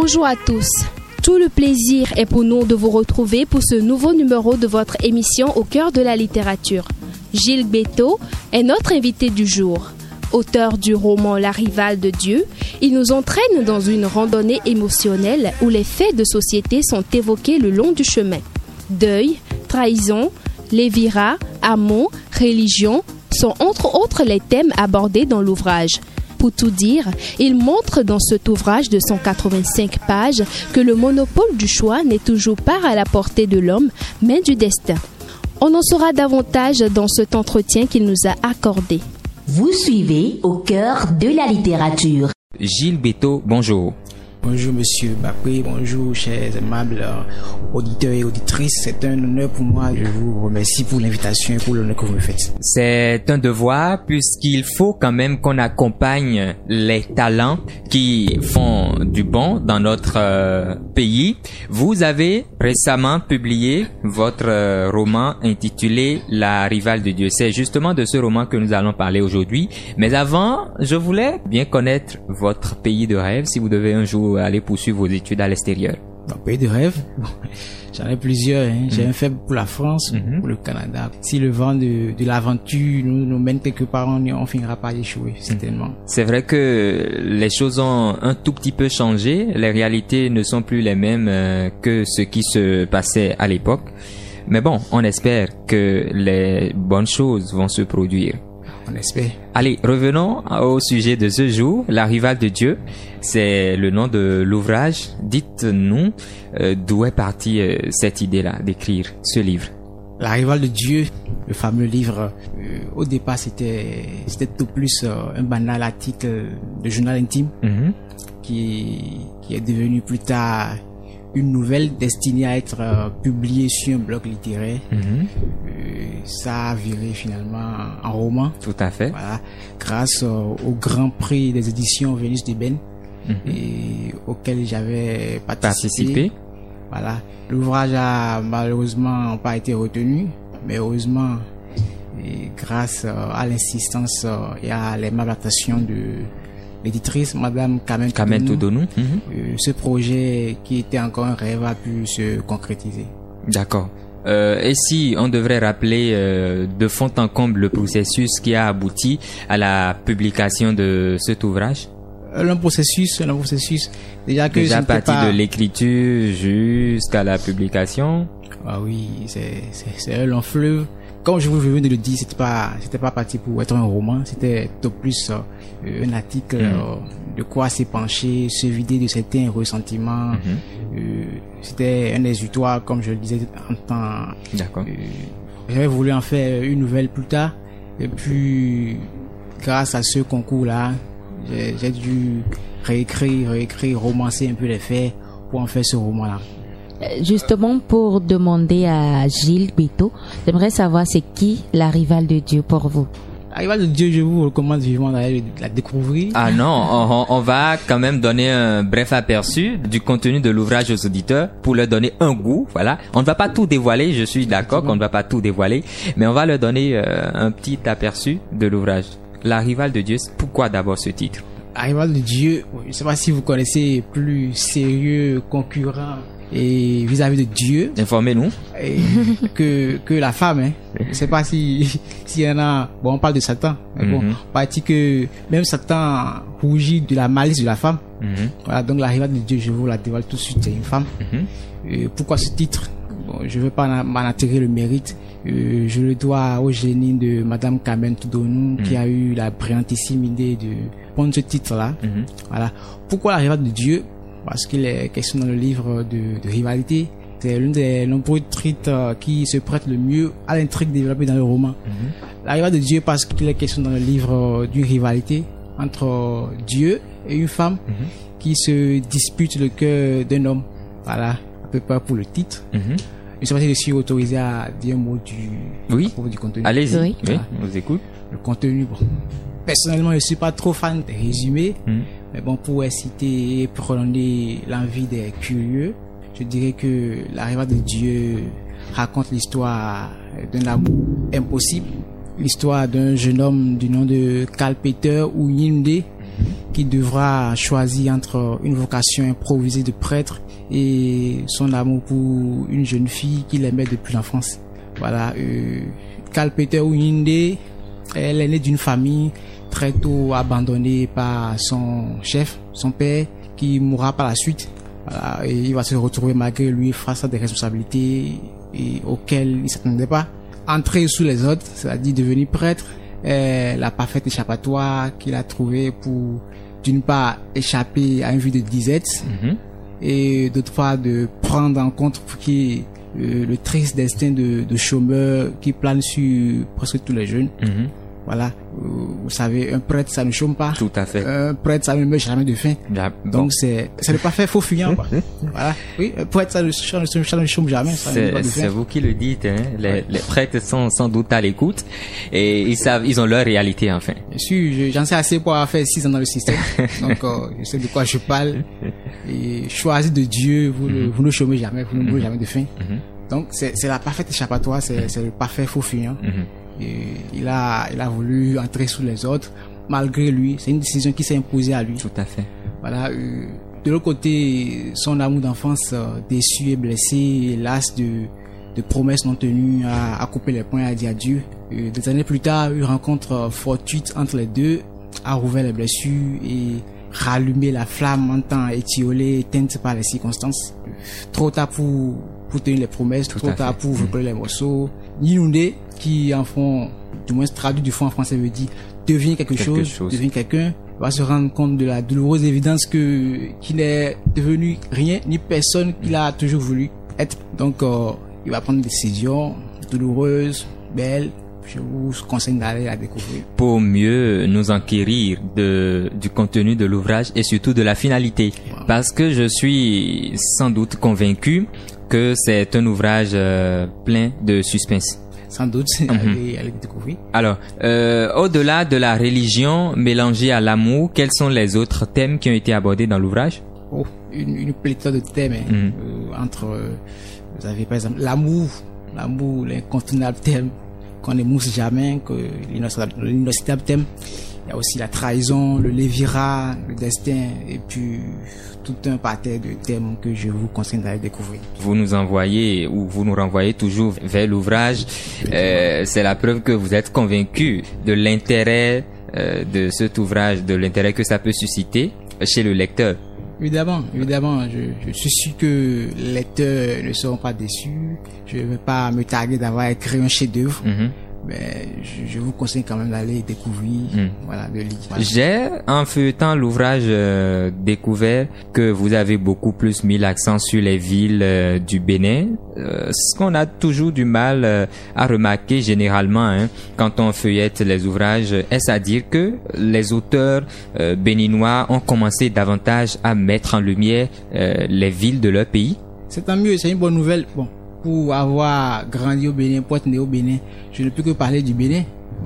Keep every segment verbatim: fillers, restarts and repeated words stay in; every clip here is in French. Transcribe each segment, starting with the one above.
Bonjour à tous. Tout le plaisir est pour nous de vous retrouver pour ce nouveau numéro de votre émission Au cœur de la littérature. Gilles Béteau est notre invité du jour. Auteur du roman La rivale de Dieu, il nous entraîne dans une randonnée émotionnelle où les faits de société sont évoqués le long du chemin. Deuil, trahison, lévirat, amour, religion sont entre autres les thèmes abordés dans l'ouvrage. Pour tout dire, il montre dans cet ouvrage de cent quatre-vingt-cinq pages que le monopole du choix n'est toujours pas à la portée de l'homme, mais du destin. On en saura davantage dans cet entretien qu'il nous a accordé. Vous suivez Au cœur de la littérature. Gilles Béteau, bonjour. Bonjour Monsieur Bakwé, bonjour chers aimables auditeurs et auditrices. C'est un honneur pour moi. Je vous remercie pour l'invitation et pour l'honneur que vous me faites. C'est un devoir puisqu'il faut quand même qu'on accompagne les talents qui font du bon dans notre euh, pays. Vous avez récemment publié votre euh, roman intitulé La rivale de Dieu. C'est justement de ce roman que nous allons parler aujourd'hui. Mais avant, je voulais bien connaître votre pays de rêve si vous devez un jour aller poursuivre vos études à l'extérieur. Mon pays de rêve, j'en ai plusieurs. Hein. J'ai mmh. un faible pour la France, mmh. pour le Canada. Si le vent de, de l'aventure nous, nous mène quelque part, on, on finira par échouer, certainement. C'est vrai que les choses ont un tout petit peu changé. Les réalités ne sont plus les mêmes euh, que ce qui se passait à l'époque. Mais bon, on espère que les bonnes choses vont se produire. On espère. Allez, revenons au sujet de ce jour, La rivale de Dieu. C'est le nom de l'ouvrage. Dites-nous euh, d'où est partie euh, cette idée-là d'écrire ce livre. La rivale de Dieu, le fameux livre, euh, au départ c'était c'était tout plus euh, un banal article de journal intime mm-hmm. qui qui est devenu plus tard une nouvelle destinée à être euh, publiée sur un blog littéraire. Mm-hmm. Euh, ça a viré finalement en roman. Tout à fait. Voilà, grâce euh, au Grand Prix des éditions Vénus d'Ébène mm-hmm. et auquel j'avais participé. participé. Voilà, l'ouvrage a malheureusement pas été retenu, mais heureusement, et grâce euh, à l'insistance euh, et à l'aimable attention de l'éditrice, Madame Kamen Toudonou, mm-hmm. euh, ce projet qui était encore un rêve a pu se concrétiser. D'accord. Euh, et si on devrait rappeler euh, de fond en comble le processus qui a abouti à la publication de cet ouvrage? Un processus, un processus. Déjà que déjà je parti pas... de l'écriture jusqu'à la publication. Ah oui, c'est c'est c'est un long fleuve. Comme je vous venais de le dire, c'était pas c'était pas parti pour être un roman, c'était tout plus euh, un article mmh. euh, de quoi s'épancher, se vider de certains ressentiments. Mmh. Euh, c'était un exutoire, comme je le disais en temps. D'accord. Euh, j'avais voulu en faire une nouvelle plus tard, et puis grâce à ce concours-là, j'ai, j'ai dû réécrire, réécrire, romancer un peu les faits pour en faire ce roman-là. Justement, pour demander à Gilles Béteau, j'aimerais savoir c'est qui la rivale de Dieu pour vous? La rivale de Dieu, je vous recommande vivement d'aller la découvrir. Ah non, on, on va quand même donner un bref aperçu du contenu de l'ouvrage aux auditeurs pour leur donner un goût. Voilà, on ne va pas tout dévoiler, je suis d'accord qu'on ne va pas tout dévoiler, mais on va leur donner euh, un petit aperçu de l'ouvrage. La rivale de Dieu, pourquoi d'abord ce titre? La rivale de Dieu, je ne sais pas si vous connaissez plus sérieux concurrent et vis-à-vis de Dieu, informez-nous, et que que la femme, hein. Je sais pas si s'il y en a. Bon, on parle de Satan, mais mm-hmm. bon, on dit que même Satan rougit de la malice de la femme. Mm-hmm. Voilà, donc la rivale de Dieu, je vous la dévoile tout de suite, c'est une femme. Mm-hmm. Et pourquoi ce titre? Bon, je veux pas m'en attirer le mérite. Euh, je le dois au génie de Madame Kamen Toudonou mm-hmm. qui a eu la brillantissime idée de prendre ce titre-là. Mm-hmm. Voilà. Pourquoi la rivale de Dieu? Parce qu'il est question dans le livre de, de rivalité. C'est l'une des nombreux traits qui se prête le mieux à l'intrigue développée dans le roman. Mm-hmm. La rivale de Dieu parce qu'il est question dans le livre d'une rivalité entre Dieu et une femme mm-hmm. qui se dispute le cœur d'un homme. Voilà, à peu près pour le titre. Mm-hmm. Je ne sais pas si je suis autorisé à dire un mot du, oui. du contenu. Allez-y, oui. Voilà. Oui, on vous écoute. Le contenu, bon. Personnellement, je ne suis pas trop fan des résumés. Mm-hmm. Mais bon, pour citer et prolonger l'envie des curieux, je dirais que La rivale de Dieu raconte l'histoire d'un amour impossible, l'histoire d'un jeune homme du nom de Karl Peter ou Yimde qui devra choisir entre une vocation improvisée de prêtre et son amour pour une jeune fille qu'il aimait depuis l'enfance. Voilà, euh, Karl Peter Uyinde, elle est née d'une famille très tôt abandonnée par son chef, son père, qui mourra par la suite. Voilà, et il va se retrouver malgré lui face à des responsabilités et auxquelles il ne s'attendait pas. Entrer sous les autres, c'est-à-dire devenir prêtre, est la parfaite échappatoire qu'il a trouvée pour, d'une part, échapper à une vie de disette, mm-hmm. et d'autre part, de prendre en compte qui euh, le triste destin de, de chômeur qui plane sur presque tous les jeunes. Mm-hmm. Voilà, euh, vous savez, un prêtre, ça ne chôme pas. Tout à fait. Un prêtre, ça ne meurt jamais de faim. Ja, bon. Donc, c'est, c'est le parfait faux fuyant, quoi. Voilà. Oui, un prêtre, ça ne, ça ne, ça ne chôme jamais. Ça c'est, ne pas de faim. C'est vous qui le dites, hein. Les, ouais. les prêtres sont sans doute à l'écoute et ils savent, ils ont leur réalité, enfin. Bien sûr, je, j'en sais assez pour avoir fait six ans dans le système. Donc, euh, je sais de quoi je parle. Et choisi de Dieu, vous, mm-hmm. ne, vous ne chômez jamais, vous ne mourrez mm-hmm. jamais de faim. Mm-hmm. Donc, c'est, c'est la parfaite échappatoire, c'est, c'est le parfait faux fuyant. Mm-hmm. Et il a, il a voulu entrer sous les autres, malgré lui. C'est une décision qui s'est imposée à lui. Tout à fait. Voilà. Euh, de l'autre côté, son amour d'enfance euh, déçu et blessé, las de, de promesses non tenues, a, a coupé les poings, a dit adieu. Euh, des années plus tard, une rencontre fortuite entre les deux a rouvert les blessures et rallumé la flamme en temps étiolée, éteinte par les circonstances. Euh, trop tard pour, pour tenir les promesses, Tout trop tard pour recoller mmh. les morceaux. Yinunde, qui en fond, du moins traduit du fond en français, veut dire devient quelque, quelque chose, chose, devient quelqu'un, va se rendre compte de la douloureuse évidence que qu'il n'est devenu rien ni personne qu'il a toujours voulu être. Donc, euh, il va prendre une décision douloureuse, belle. Je vous conseille d'aller la découvrir. Pour mieux nous enquérir de, du contenu de l'ouvrage et surtout de la finalité. Wow. Parce que je suis sans doute convaincu que c'est un ouvrage euh, plein de suspense. Sans doute, mm-hmm. allez, allez découvrir. Alors, euh, au-delà de la religion mélangée à l'amour, quels sont les autres thèmes qui ont été abordés dans l'ouvrage? Oh, une, une pléthore de thèmes. Hein, mm-hmm. euh, entre, euh, vous avez par exemple l'amour, l'amour, l'incontournable thème qu'on n'émousse jamais, que l'innocenable thème. Il y a aussi la trahison, le lévira, le destin, et puis tout un parterre de thèmes que je vous conseille d'aller découvrir. Vous nous envoyez ou vous nous renvoyez toujours vers l'ouvrage. Euh, c'est la preuve que vous êtes convaincu de l'intérêt euh, de cet ouvrage, de l'intérêt que ça peut susciter chez le lecteur. Évidemment, évidemment, je, je suis sûr que les lecteurs ne seront pas déçus. Je ne vais pas me targuer d'avoir écrit un chef-d'œuvre. Mm-hmm. Mais je, je vous conseille quand même d'aller découvrir, mm. voilà, de lire. Voilà. J'ai, en feuilletant l'ouvrage, euh, découvert que vous avez beaucoup plus mis l'accent sur les villes euh, du Bénin, euh, ce qu'on a toujours du mal euh, à remarquer généralement hein, quand on feuillette les ouvrages. Est-ce à dire que les auteurs euh, béninois ont commencé davantage à mettre en lumière euh, les villes de leur pays? C'est tant mieux, c'est une bonne nouvelle. Bon. Pour avoir grandi au Bénin, pour être né au Bénin, je ne peux que parler du Bénin.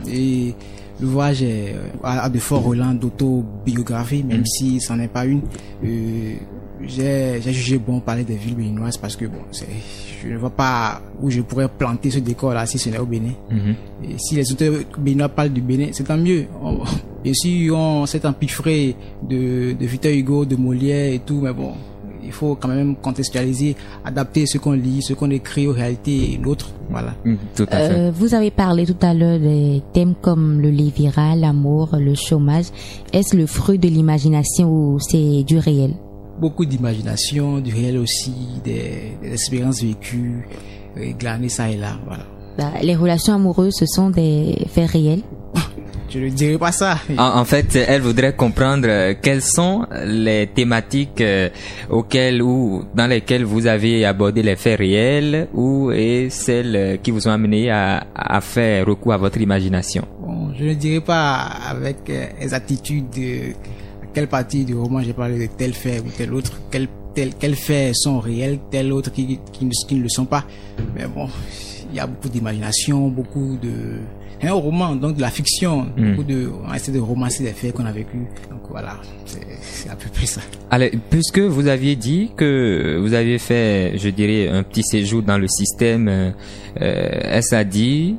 Et l'ouvrage a de forts relents d'autobiographie, même mmh. si c'en est pas une. Euh, j'ai, j'ai jugé bon parler des villes béninoises parce que bon, c'est, je ne vois pas où je pourrais planter ce décor-là si ce n'est au Bénin. Mmh. Et si les auteurs béninois parlent du Bénin, c'est tant mieux. On, et si on s'est empiffré de, de Victor Hugo, de Molière et tout, mais bon, il faut quand même contextualiser, adapter ce qu'on lit, ce qu'on écrit aux réalités et l'autre. Voilà. Mmh, tout à fait. Euh, vous avez parlé tout à l'heure des thèmes comme le lévira, l'amour, le chômage. Est-ce le fruit de l'imagination ou c'est du réel? Beaucoup d'imagination, du réel aussi, des, des expériences vécues, glanées ça et là. Voilà. Bah, les relations amoureuses, ce sont des faits réels? Je ne dirais pas ça. En, en fait, elle voudrait comprendre euh, quelles sont les thématiques euh, auxquelles ou dans lesquelles vous avez abordé les faits réels ou et celles euh, qui vous ont amené à, à faire recours à votre imagination. Bon, je ne dirais pas avec euh, exactitude de à quelle partie du roman j'ai parlé de tel fait ou tel autre, quel tel quels faits sont réels, tel autre qui, qui, qui ne le sont pas. Mais bon, il y a beaucoup d'imagination, beaucoup de un roman, donc de la fiction, mmh. beaucoup de, on essaie de romancer les faits qu'on a vécu. Donc voilà, c'est, c'est à peu près ça. Alors, puisque vous aviez dit que vous aviez fait, je dirais, un petit séjour dans le système, euh, est-ce à dire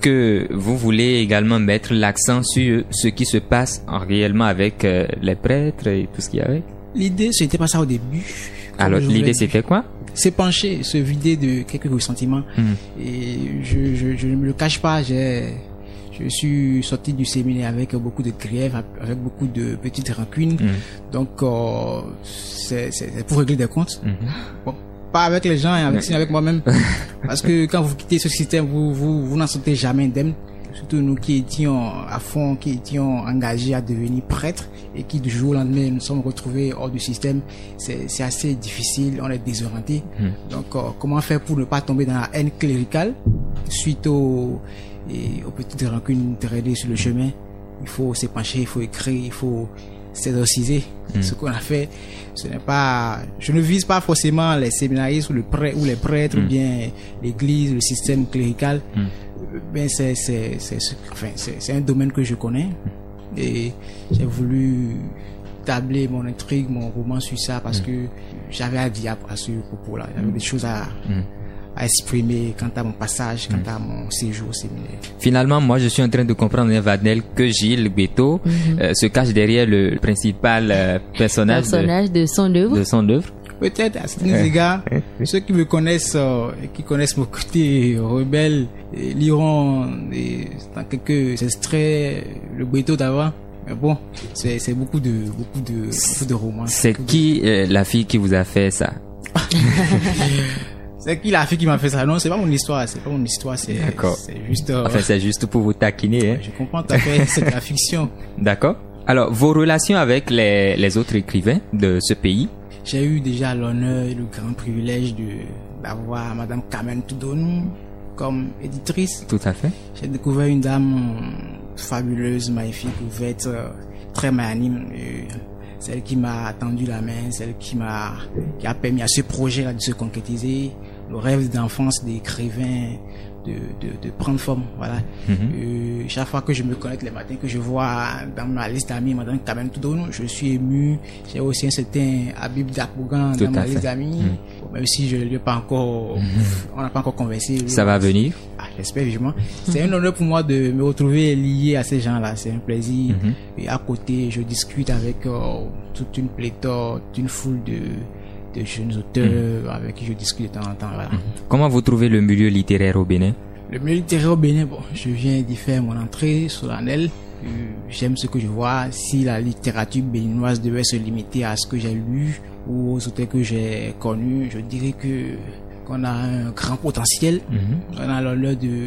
que vous voulez également mettre l'accent sur ce qui se passe en réellement avec euh, les prêtres et tout ce qu'il y a avec? L'idée, c'était pas ça au début. Alors, l'idée, c'était quoi? S'épancher, se vider de quelques ressentiments. Mmh. Et je, je, je ne me le cache pas, j'ai, je suis sorti du séminaire avec beaucoup de griefs, avec beaucoup de petites rancunes. Mmh. Donc, euh, c'est, c'est pour régler des comptes. Mmh. Bon, pas avec les gens, avec, avec moi-même. Parce que quand vous quittez ce système, vous, vous, vous n'en sortez jamais indemne. Surtout nous qui étions à fond, qui étions engagés à devenir prêtres et qui du jour au lendemain nous sommes retrouvés hors du système, c'est, c'est assez difficile, on est désorienté. Mmh. Donc euh, comment faire pour ne pas tomber dans la haine cléricale suite aux, et aux petites rancunes traînées sur le chemin? Il faut s'épancher, il faut écrire, il faut s'exorciser. Mmh. Ce qu'on a fait, ce n'est pas, je ne vise pas forcément les séminaristes ou, le prêtre, ou les prêtres mmh. ou bien l'église, le système clérical. Mmh. Ben c'est c'est c'est enfin c'est c'est un domaine que je connais et j'ai voulu tabler mon intrigue, mon roman sur ça parce mmh. que j'avais à dire à ce propos-là. J'avais mmh. des choses à mmh. à exprimer quant à mon passage, quant mmh. à mon séjour au séminaire. Finalement, moi, je suis en train de comprendre, Vadnel, que Gilles Béteau mmh. euh, se cache derrière le principal euh, personnage, personnage de, de son œuvre. De son œuvre. Peut-être à certains égards, ceux qui me connaissent, euh, qui connaissent mon côté rebelle, et liront et, dans quelques extraits le Béteau d'avant. Mais bon, c'est, c'est beaucoup de beaucoup de beaucoup de romans. C'est qui de... euh, la fille qui vous a fait ça? C'est qui la fille qui m'a fait ça? Non, c'est pas mon histoire, c'est pas mon histoire, c'est, D'accord. c'est juste. Euh... Enfin, c'est juste pour vous taquiner. Hein. Je comprends tout à fait, c'est de la fiction. D'accord. Alors, vos relations avec les les autres écrivains de ce pays? J'ai eu déjà l'honneur et le grand privilège de d'avoir Madame Carmen Toudonou comme éditrice. Tout à fait. J'ai découvert une dame fabuleuse, magnifique, ouverte, très magnanime. Celle qui m'a tendu la main, celle qui m'a qui a permis à ce projet-là de se concrétiser, le rêve d'enfance d'écrivain de, de, de prendre forme, voilà. Mm-hmm. Euh, chaque fois que je me connecte les matins, que je vois dans ma liste d'amis Madame Carmen Toudonou, je suis ému. J'ai aussi un certain Habib Dakbougan dans ma liste d'amis, mm. bon, même si je ne l'ai pas encore, mm-hmm. on n'a pas encore conversé. Ça va venir. Ah, j'espère vivement. C'est un honneur pour moi de me retrouver lié à ces gens-là. C'est un plaisir. Mm-hmm. Et à côté, je discute avec euh, toute une pléthore, une foule de de jeunes auteurs mmh. avec qui je discute de temps en temps. Voilà. Mmh. Comment vous trouvez le milieu littéraire au Bénin? Le milieu littéraire au Bénin, bon, je viens d'y faire mon entrée solennelle. Euh, j'aime ce que je vois. Si la littérature béninoise devait se limiter à ce que j'ai lu ou aux auteurs que j'ai connus, je dirais que qu'on a un grand potentiel. Mmh. On a l'honneur de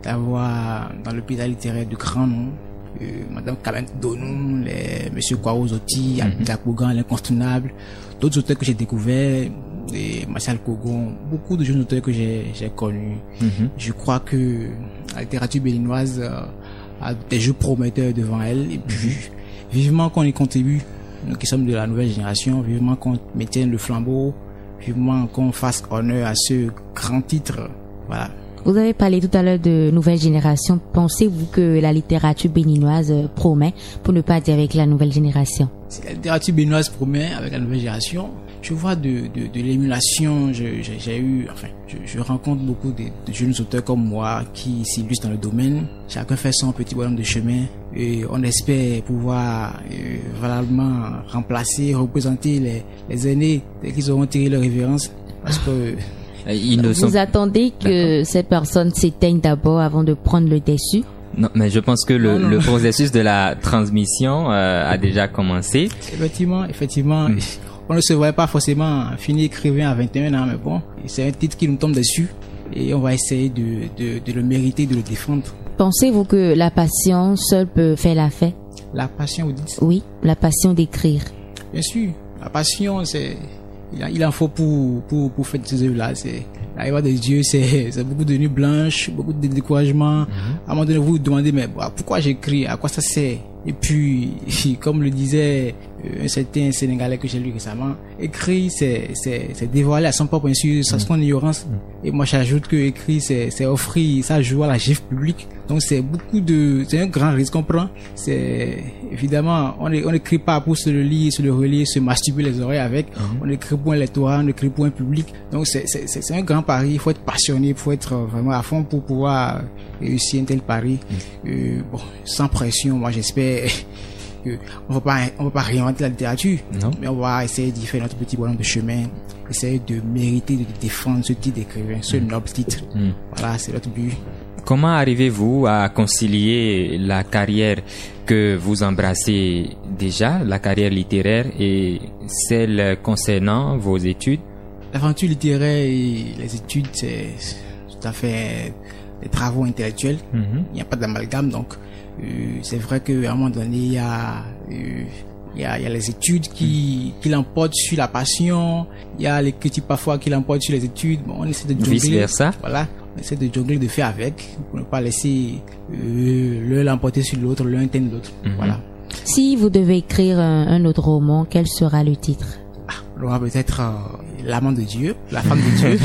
d'avoir dans le paysage littéraire de grands noms. Euh, Madame Carmen Toudonou, les Monsieur Kwao Zoti, Habib Dakbougan, l'incontournable, d'autres auteurs que j'ai découverts, et Martial Kogon, beaucoup de jeunes auteurs que j'ai, j'ai connus. Mm-hmm. Je crois que la littérature béninoise euh, a des jeux prometteurs devant elle, et puis mm-hmm. vivement qu'on y contribue, nous qui sommes de la nouvelle génération, vivement qu'on maintienne le flambeau, vivement qu'on fasse honneur à ce grand titre. Voilà. Vous avez parlé tout à l'heure de nouvelle génération. Pensez-vous que la littérature béninoise promet, pour ne pas dire avec la nouvelle génération? Si la littérature béninoise promet avec la nouvelle génération, je vois de, de, de l'émulation. Je, j'ai, j'ai eu, enfin, je, je rencontre beaucoup de, de jeunes auteurs comme moi qui s'illustrent dans le domaine. Chacun fait son petit bonhomme de chemin et on espère pouvoir euh, valablement remplacer, représenter les, les aînés dès qu'ils auront tiré leur révérence. Parce que Ils ne Vous sont... attendez que D'accord. ces personnes s'éteignent d'abord avant de prendre le dessus? Non, mais je pense que le, non, non. le processus de la transmission euh, a déjà commencé. Effectivement, effectivement. Mm. On ne se voit pas forcément finir écrivain à vingt et un ans, mais bon, c'est un titre qui nous tombe dessus et on va essayer de, de, de le mériter, de le défendre. Pensez-vous que la passion seule peut faire la fête? La passion, vous dites? Oui, la passion d'écrire. Bien sûr, la passion, c'est... Il en faut pour, pour, pour faire ces œuvres-là. C'est, la rivière des dieux, c'est, c'est beaucoup de nuits blanches, beaucoup de découragement. Mm-hmm. À un moment donné, vous vous demandez, mais bah, pourquoi j'écris? À quoi ça sert? Et puis, comme le disait un certain Sénégalais que j'ai lu récemment, écrire, c'est, c'est, c'est dévoiler à son propre insu sa son ignorance. Et moi, j'ajoute que écrire, c'est, c'est offrir sa joie à la gifle publique. Donc, c'est beaucoup de, c'est un grand risque qu'on prend. C'est, évidemment, on n'écrit pas pour se le lire, se le relire, se masturber les oreilles avec. Mm-hmm. On écrit pour un lectorat, on écrit pour un public. Donc, c'est, c'est, c'est un grand pari. Il faut être passionné, il faut être vraiment à fond pour pouvoir réussir un tel tel pari. Euh, bon, sans pression, moi j'espère que on va pas, on va pas réinventer la littérature, non. mais on va essayer d'y faire notre petit bonhomme de chemin, essayer de mériter, de défendre ce titre d'écrivain, ce mm. noble titre. Mm. Voilà, c'est notre but. Comment arrivez-vous à concilier la carrière que vous embrassez déjà, la carrière littéraire, et celle concernant vos études? L'aventure littéraire et les études, c'est tout à fait des travaux intellectuels. Mm-hmm. Il n'y a pas d'amalgame, donc euh, c'est vrai qu'à un moment donné, il y a, euh, il y a, il y a les études qui, qui l'emportent sur la passion, il y a les critiques parfois qui l'emportent sur les études. Bon, on essaie de jongler. Vice versa. Voilà. On essaie de jongler, de faire avec, pour ne pas laisser euh, l'un l'emporter sur l'autre, l'un teindre l'autre. Mm-hmm. Voilà. Si vous devez écrire un, un autre roman, quel sera le titre? Ah, le roman peut-être euh, L'amant de Dieu, la femme de Dieu.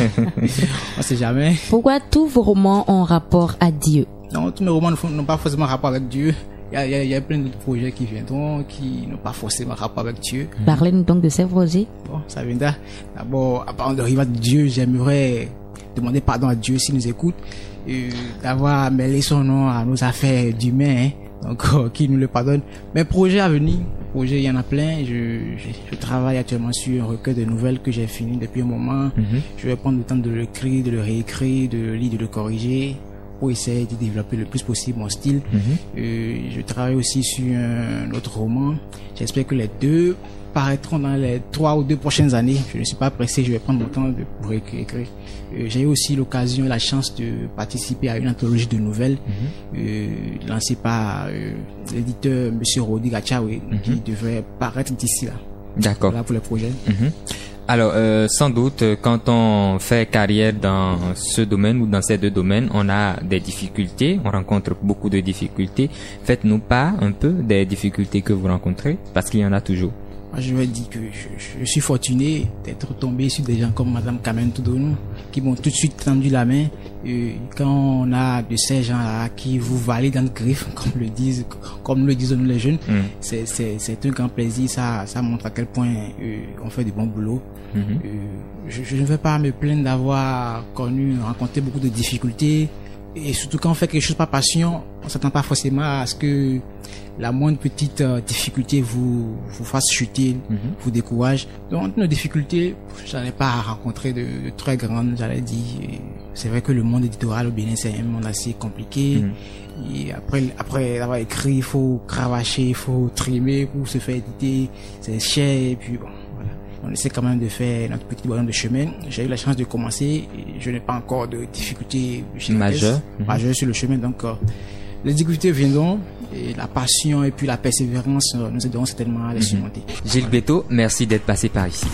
On sait jamais. Pourquoi tous vos romans ont rapport à Dieu? Non, tous mes romans n'ont pas forcément rapport avec Dieu. Il y a, il y a, il y a plein d'autres projets qui viendront, qui n'ont pas forcément rapport avec Dieu. Parlez-nous donc de ces projets. Bon, ça viendra. D'abord, à part de rival de Dieu, j'aimerais demander pardon à Dieu s'il nous écoute, euh, d'avoir mêlé son nom à nos affaires d'humains, hein, donc euh, qu'il nous le pardonne. Mes projets à venir, projets, il y en a plein. Je, je, je travaille actuellement sur un recueil de nouvelles que j'ai fini depuis un moment. Mm-hmm. Je vais prendre le temps de l'écrire, de le réécrire, de le lire, de le corriger, pour essayer de développer le plus possible mon style. Mm-hmm. Euh, je travaille aussi sur un autre roman. J'espère que les deux paraîtront dans les trois ou deux prochaines années. Je ne suis pas pressé, je vais prendre mon temps de, pour écrire. Euh, j'ai eu aussi l'occasion et la chance de participer à une anthologie de nouvelles mm-hmm. euh, lancée par euh, l'éditeur Monsieur Rodi Gachawe, mm-hmm. qui devrait paraître d'ici là. D'accord. Voilà pour les projets. Mm-hmm. Alors, euh, sans doute, quand on fait carrière dans ce domaine ou dans ces deux domaines, on a des difficultés, on rencontre beaucoup de difficultés. Faites-nous part un peu des difficultés que vous rencontrez, parce qu'il y en a toujours. Moi, je vais dire que je, je suis fortuné d'être tombé sur des gens comme Madame Kamen Toudonou, qui m'ont tout de suite tendu la main. Et quand on a de ces gens-là qui vous valident dans le griffe, comme le disent, comme le disent nous les jeunes, mm. c'est, c'est, c'est un grand plaisir. Ça, ça montre à quel point euh, on fait du bon boulot. Mm-hmm. Euh, je, je ne vais pas me plaindre d'avoir connu, rencontré beaucoup de difficultés. Et surtout quand on fait quelque chose par passion, on s'attend pas forcément à ce que la moindre petite euh, difficulté vous vous fasse chuter, mm-hmm. vous décourage. Donc nos difficultés, j'en ai pas rencontré de, de très grandes, j'allais dire. C'est vrai que le monde éditorial au Bénin, c'est un monde assez compliqué. Mm-hmm. Et après après avoir écrit, il faut cravacher, il faut trimer pour se faire éditer, c'est cher. Et puis bon, voilà. On essaie quand même de faire notre petit bonhomme de chemin. J'ai eu la chance de commencer et je n'ai pas encore de difficultés majeures mm-hmm. majeures sur le chemin. Donc euh, les difficultés viendront et la passion et puis la persévérance euh, nous aideront certainement à les mm-hmm. surmonter. Gilles Beto, merci d'être passé par ici.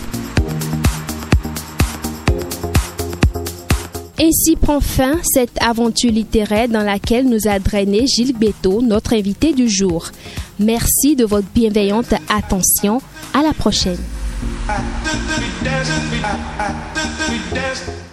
Ainsi prend fin cette aventure littéraire dans laquelle nous a drainé Gilles Beto, notre invité du jour. Merci de votre bienveillante attention. À la prochaine. I, I, I, I, I, I, I, I, I,